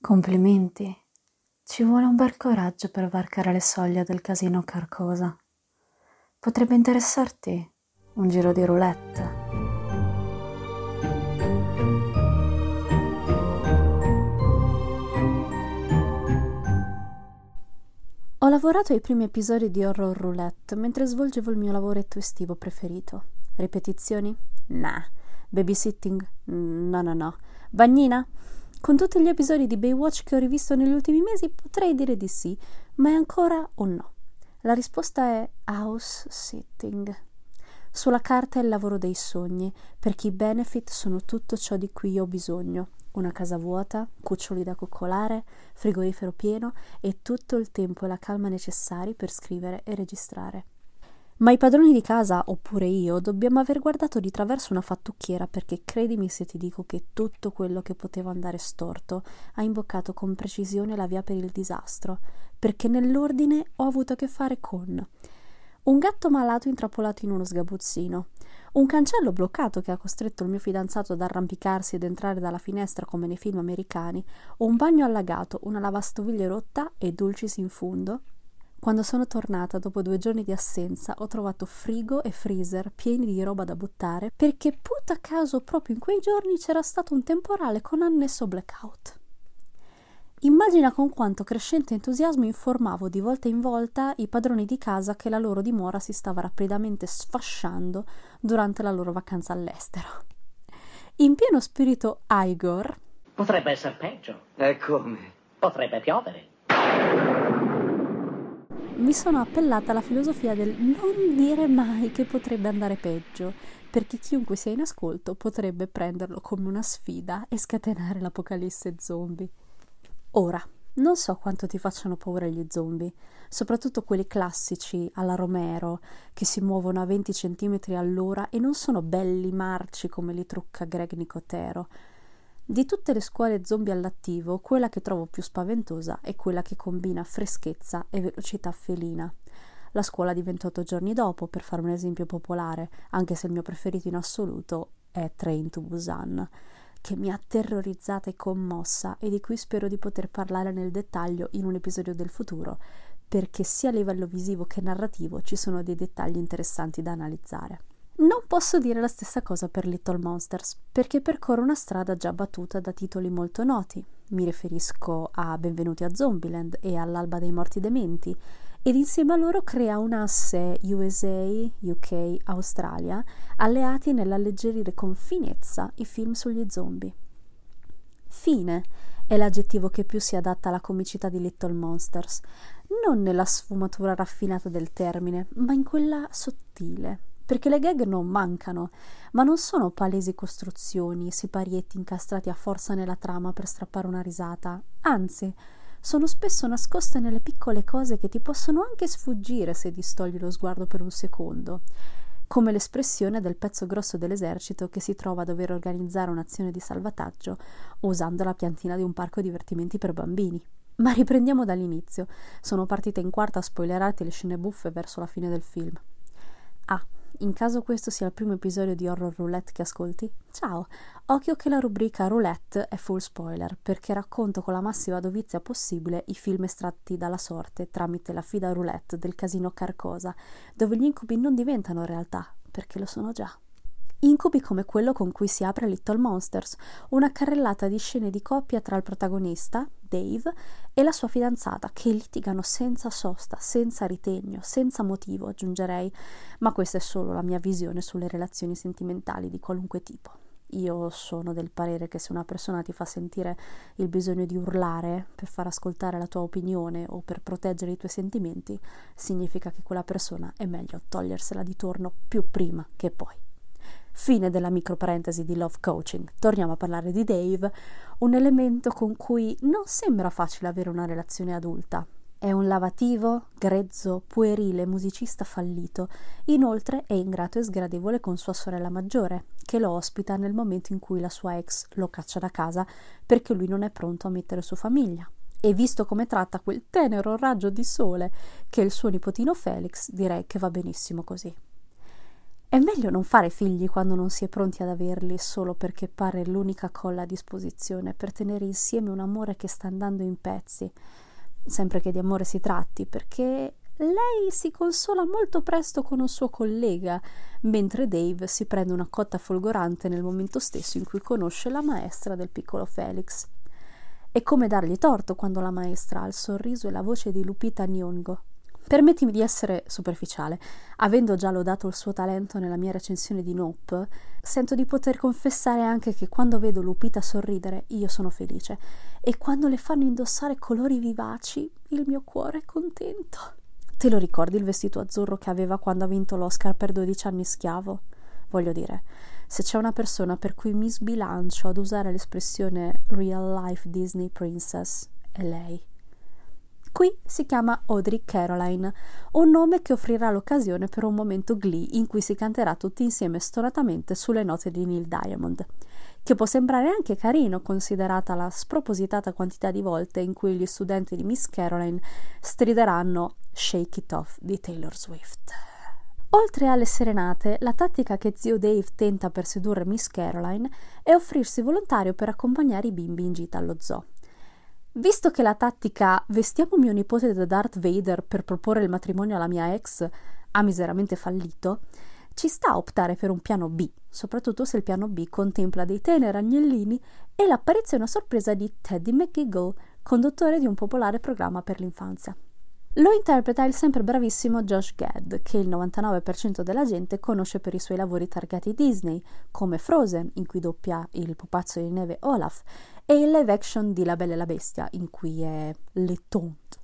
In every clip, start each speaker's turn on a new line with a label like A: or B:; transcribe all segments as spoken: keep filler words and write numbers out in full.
A: Complimenti. Ci vuole un bel coraggio per varcare le soglie del casino Carcosa. Potrebbe interessarti un giro di roulette. Ho lavorato ai primi episodi di Horror Roulette mentre svolgevo il mio lavoretto estivo preferito. Ripetizioni? Nah. Babysitting? No, no, no. Bagnina? Con tutti gli episodi di Baywatch che ho rivisto negli ultimi mesi potrei dire di sì, ma è ancora un no. La risposta è house sitting. Sulla carta è il lavoro dei sogni, perché i benefit sono tutto ciò di cui io ho bisogno. Una casa vuota, cuccioli da coccolare, frigorifero pieno e tutto il tempo e la calma necessari per scrivere e registrare. Ma i padroni di casa, oppure io, dobbiamo aver guardato di traverso una fattucchiera, perché credimi se ti dico che tutto quello che poteva andare storto ha imboccato con precisione la via per il disastro, perché nell'ordine ho avuto a che fare con un gatto malato intrappolato in uno sgabuzzino, un cancello bloccato che ha costretto il mio fidanzato ad arrampicarsi ed entrare dalla finestra come nei film americani, un bagno allagato, una lavastoviglie rotta e dulcis in fundo. Quando sono tornata dopo due giorni di assenza ho trovato frigo e freezer pieni di roba da buttare, perché puta caso proprio in quei giorni c'era stato un temporale con annesso blackout. Immagina con quanto crescente entusiasmo informavo di volta in volta i padroni di casa che la loro dimora si stava rapidamente sfasciando durante la loro vacanza all'estero. In pieno spirito Igor.
B: Potrebbe essere peggio.
C: E come?
B: Potrebbe piovere.
A: Mi sono appellata alla filosofia del non dire mai che potrebbe andare peggio, perché chiunque sia in ascolto potrebbe prenderlo come una sfida e scatenare l'apocalisse zombie. Ora, non so quanto ti facciano paura gli zombie, soprattutto quelli classici alla Romero, che si muovono a venti centimetri all'ora e non sono belli marci come li trucca Greg Nicotero. Di tutte le scuole zombie all'attivo, quella che trovo più spaventosa è quella che combina freschezza e velocità felina. La scuola di ventotto giorni dopo, per fare un esempio popolare, anche se il mio preferito in assoluto è Train to Busan, che mi ha terrorizzata e commossa e di cui spero di poter parlare nel dettaglio in un episodio del futuro, perché sia a livello visivo che narrativo ci sono dei dettagli interessanti da analizzare. Non posso dire la stessa cosa per Little Monsters, perché percorre una strada già battuta da titoli molto noti. Mi riferisco a Benvenuti a Zombieland e all'Alba dei Morti Dementi, ed insieme a loro crea un asse U S A, U K, Australia, alleati nell'alleggerire con finezza i film sugli zombie. Fine è l'aggettivo che più si adatta alla comicità di Little Monsters, non nella sfumatura raffinata del termine, ma in quella sottile. Perché le gag non mancano, ma non sono palesi costruzioni, siparietti incastrati a forza nella trama per strappare una risata. Anzi, sono spesso nascoste nelle piccole cose che ti possono anche sfuggire se distogli lo sguardo per un secondo, come l'espressione del pezzo grosso dell'esercito che si trova a dover organizzare un'azione di salvataggio usando la piantina di un parco divertimenti per bambini. Ma riprendiamo dall'inizio. Sono partita in quarta a spoilerarti le scene buffe verso la fine del film. Ah, in caso questo sia il primo episodio di Horror Roulette che ascolti, ciao! Occhio che la rubrica Roulette è full spoiler, perché racconto con la massima dovizia possibile i film estratti dalla sorte tramite la fida roulette del casino Carcosa, dove gli incubi non diventano realtà, perché lo sono già. Incubi come quello con cui si apre Little Monsters, una carrellata di scene di coppia tra il protagonista, Dave, e la sua fidanzata, che litigano senza sosta, senza ritegno, senza motivo, aggiungerei, ma questa è solo la mia visione sulle relazioni sentimentali di qualunque tipo. Io sono del parere che se una persona ti fa sentire il bisogno di urlare per far ascoltare la tua opinione o per proteggere i tuoi sentimenti, significa che quella persona è meglio togliersela di torno più prima che poi. Fine della microparentesi di love coaching. Torniamo a parlare di Dave, un elemento con cui non sembra facile avere una relazione adulta. È un lavativo, grezzo, puerile musicista fallito. Inoltre è ingrato e sgradevole con sua sorella maggiore, che lo ospita nel momento in cui la sua ex lo caccia da casa perché lui non è pronto a mettere su famiglia. E visto come tratta quel tenero raggio di sole che è il suo nipotino Felix, direi che va benissimo così. È meglio non fare figli quando non si è pronti ad averli solo perché pare l'unica colla a disposizione per tenere insieme un amore che sta andando in pezzi, sempre che di amore si tratti, perché lei si consola molto presto con un suo collega, mentre Dave si prende una cotta folgorante nel momento stesso in cui conosce la maestra del piccolo Felix. È come dargli torto quando la maestra ha il sorriso e la voce di Lupita Nyong'o. Permettimi di essere superficiale. Avendo già lodato il suo talento nella mia recensione di Nope, sento di poter confessare anche che quando vedo Lupita sorridere io sono felice, e quando le fanno indossare colori vivaci il mio cuore è contento. Te lo ricordi il vestito azzurro che aveva quando ha vinto l'Oscar per dodici anni schiavo? Voglio dire, se c'è una persona per cui mi sbilancio ad usare l'espressione real life Disney princess, è lei. Qui si chiama Audrey Caroline, un nome che offrirà l'occasione per un momento Glee in cui si canterà tutti insieme stonatamente sulle note di Neil Diamond, che può sembrare anche carino considerata la spropositata quantità di volte in cui gli studenti di Miss Caroline strideranno Shake It Off di Taylor Swift. Oltre alle serenate, la tattica che zio Dave tenta per sedurre Miss Caroline è offrirsi volontario per accompagnare i bimbi in gita allo zoo. Visto che la tattica vestiamo mio nipote da Darth Vader per proporre il matrimonio alla mia ex ha miseramente fallito, ci sta a optare per un piano B, soprattutto se il piano B contempla dei teneri agnellini e l'apparizione a sorpresa di Teddy McGiggle, conduttore di un popolare programma per l'infanzia. Lo interpreta il sempre bravissimo Josh Gad, che il novantanove per cento della gente conosce per i suoi lavori targati Disney, come Frozen, in cui doppia il pupazzo di neve Olaf, e il live action di La Bella e la Bestia, in cui è Le Tonte.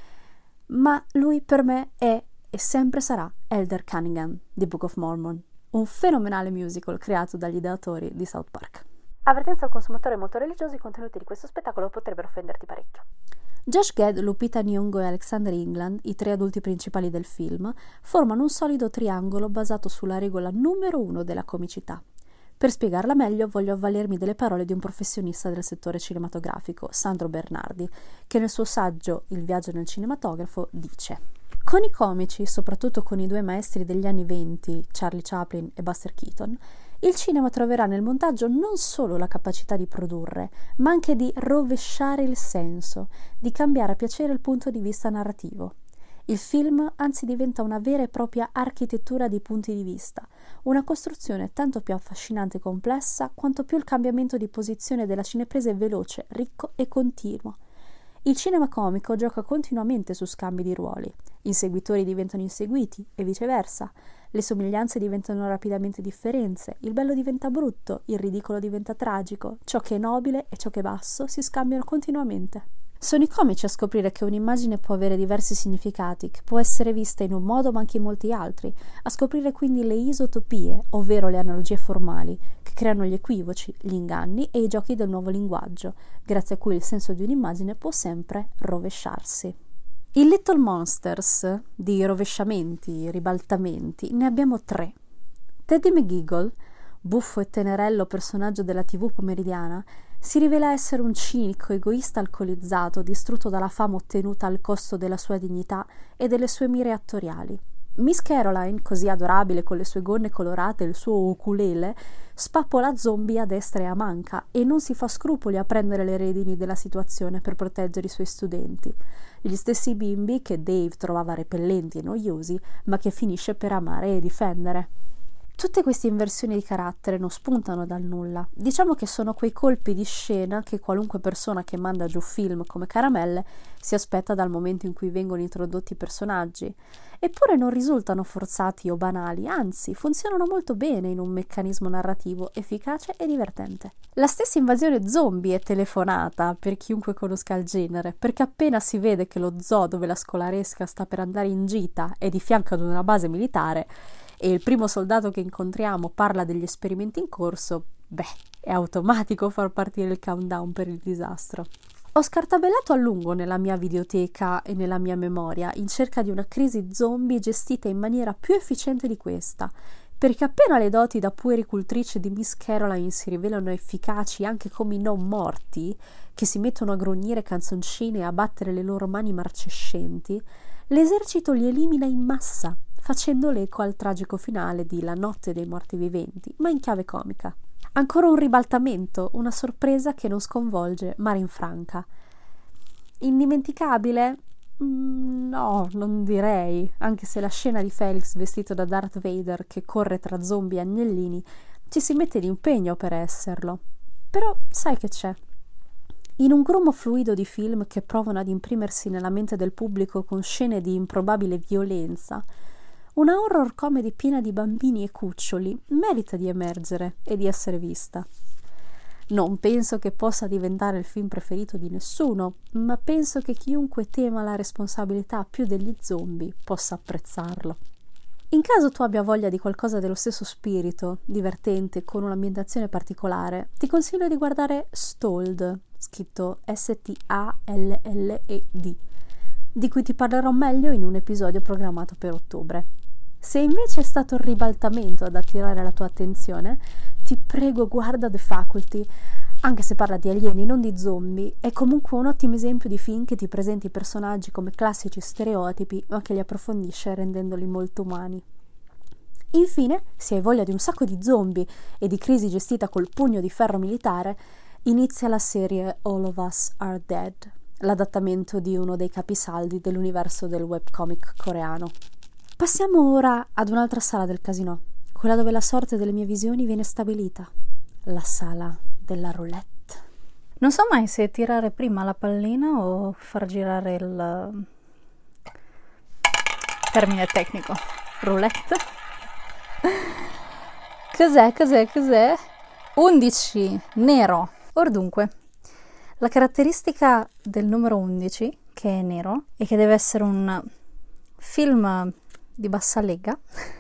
A: Ma lui per me è e sempre sarà Elder Cunningham di Book of Mormon, un fenomenale musical creato dagli ideatori di South Park. Avvertenza al consumatore molto religioso: i contenuti di questo spettacolo potrebbero offenderti parecchio. Josh Gad, Lupita Nyong'o e Alexander England, i tre adulti principali del film, formano un solido triangolo basato sulla regola numero uno della comicità. Per spiegarla meglio voglio avvalermi delle parole di un professionista del settore cinematografico, Sandro Bernardi, che nel suo saggio Il viaggio nel cinematografo dice: con i comici, soprattutto con i due maestri degli anni venti, Charlie Chaplin e Buster Keaton, il cinema troverà nel montaggio non solo la capacità di produrre, ma anche di rovesciare il senso, di cambiare a piacere il punto di vista narrativo. Il film anzi diventa una vera e propria architettura di punti di vista, una costruzione tanto più affascinante e complessa quanto più il cambiamento di posizione della cinepresa è veloce, ricco e continuo. Il cinema comico gioca continuamente su scambi di ruoli. I seguitori diventano inseguiti e viceversa. Le somiglianze diventano rapidamente differenze, il bello diventa brutto, il ridicolo diventa tragico, ciò che è nobile e ciò che è basso si scambiano continuamente. Sono i comici a scoprire che un'immagine può avere diversi significati, che può essere vista in un modo ma anche in molti altri, a scoprire quindi le isotopie, ovvero le analogie formali, che creano gli equivoci, gli inganni e i giochi del nuovo linguaggio, grazie a cui il senso di un'immagine può sempre rovesciarsi. In Little Monsters, di rovesciamenti, ribaltamenti, ne abbiamo tre. Teddy McGiggle, buffo e tenerello personaggio della tivù pomeridiana, si rivela essere un cinico, egoista alcolizzato, distrutto dalla fama ottenuta al costo della sua dignità e delle sue mire attoriali. Miss Caroline, così adorabile con le sue gonne colorate e il suo ukulele, spappola zombie a destra e a manca e non si fa scrupoli a prendere le redini della situazione per proteggere i suoi studenti, gli stessi bimbi che Dave trovava repellenti e noiosi, ma che finisce per amare e difendere. Tutte queste inversioni di carattere non spuntano dal nulla. Diciamo che sono quei colpi di scena che qualunque persona che manda giù film come caramelle si aspetta dal momento in cui vengono introdotti i personaggi. Eppure non risultano forzati o banali, anzi funzionano molto bene in un meccanismo narrativo efficace e divertente. La stessa invasione zombie è telefonata per chiunque conosca il genere, perché appena si vede che lo zoo dove la scolaresca sta per andare in gita è di fianco ad una base militare e il primo soldato che incontriamo parla degli esperimenti in corso, beh, è automatico far partire il countdown per il disastro. Ho scartabellato a lungo nella mia videoteca e nella mia memoria in cerca di una crisi zombie gestita in maniera più efficiente di questa, perché appena le doti da puericultrice di Miss Caroline si rivelano efficaci anche come i non morti, che si mettono a grugnire canzoncine e a battere le loro mani marcescenti, l'esercito li elimina in massa, facendo l'eco al tragico finale di La notte dei morti viventi, ma in chiave comica. Ancora un ribaltamento, una sorpresa che non sconvolge ma rinfranca. Indimenticabile? Mm, no, non direi, anche se la scena di Felix vestito da Darth Vader che corre tra zombie e agnellini ci si mette d'impegno per esserlo. Però sai che c'è? In un grumo fluido di film che provano ad imprimersi nella mente del pubblico con scene di improbabile violenza, una horror comedy piena di bambini e cuccioli merita di emergere e di essere vista. Non penso che possa diventare il film preferito di nessuno, ma penso che chiunque tema la responsabilità più degli zombie possa apprezzarlo. In caso tu abbia voglia di qualcosa dello stesso spirito, divertente, con un'ambientazione particolare, ti consiglio di guardare Stalled, scritto S T A L L E D, di cui ti parlerò meglio in un episodio programmato per ottobre. Se invece è stato il ribaltamento ad attirare la tua attenzione, ti prego guarda The Faculty. Anche se parla di alieni, non di zombie, è comunque un ottimo esempio di film che ti presenta i personaggi come classici stereotipi, ma che li approfondisce rendendoli molto umani. Infine, se hai voglia di un sacco di zombie e di crisi gestita col pugno di ferro militare, inizia la serie All of Us Are Dead, l'adattamento di uno dei capisaldi dell'universo del webcomic coreano. Passiamo ora ad un'altra sala del casino, quella dove la sorte delle mie visioni viene stabilita, la sala della roulette. Non so mai se tirare prima la pallina o far girare il termine tecnico. Roulette? Cos'è, cos'è, cos'è? undici, nero. Or dunque, la caratteristica del numero undici, che è nero e che deve essere un film di bassa lega,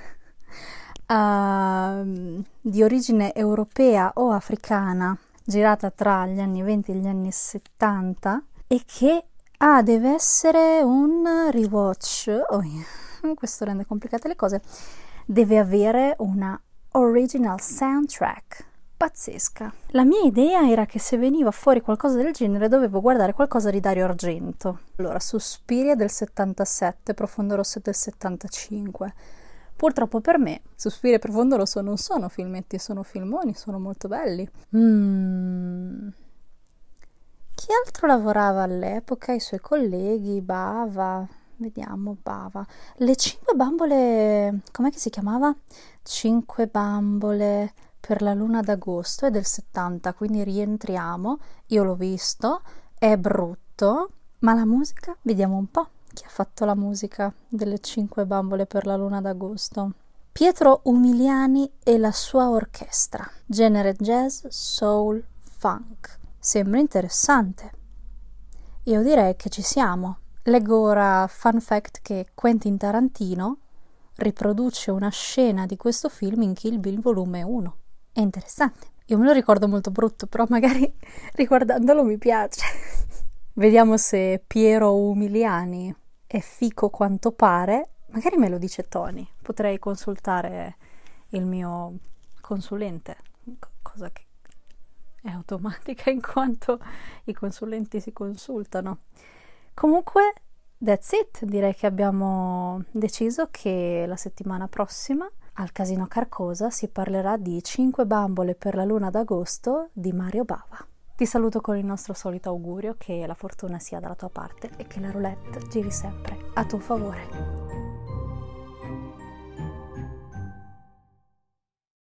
A: uh, di origine europea o africana, girata tra gli anni venti e gli anni settanta, e che ah, deve essere un rewatch. Oh, questo rende complicate le cose. Deve avere una original soundtrack pazzesca. La mia idea era che se veniva fuori qualcosa del genere dovevo guardare qualcosa di Dario Argento. Allora, Suspiria del settantasette, Profondo Rosso del settantacinque. Purtroppo per me Suspiria e Profondo Rosso non sono filmetti, sono filmoni, sono molto belli. Mm. Chi altro lavorava all'epoca? I suoi colleghi, Bava, vediamo, Bava. Le cinque bambole, com'è che si chiamava? Cinque bambole per la luna d'agosto, è del settanta, quindi rientriamo. Io l'ho visto, è brutto, ma la musica, vediamo un po'. Chi ha fatto la musica delle cinque bambole per la luna d'agosto? Pietro Umiliani e la sua orchestra. Genere jazz, soul, funk. Sembra interessante. Io direi che ci siamo. Leggo ora fun fact che Quentin Tarantino riproduce una scena di questo film in Kill Bill volume uno. È interessante. Io me lo ricordo molto brutto, però magari riguardandolo mi piace. Vediamo se Piero Umiliani è fico quanto pare. Magari me lo dice Tony. Potrei consultare il mio consulente, cosa che è automatica in quanto i consulenti si consultano. Comunque, that's it. Direi che abbiamo deciso che la settimana prossima al Casino Carcosa si parlerà di cinque bambole per la luna d'agosto di Mario Bava. Ti saluto con il nostro solito augurio che la fortuna sia dalla tua parte e che la roulette giri sempre a tuo favore.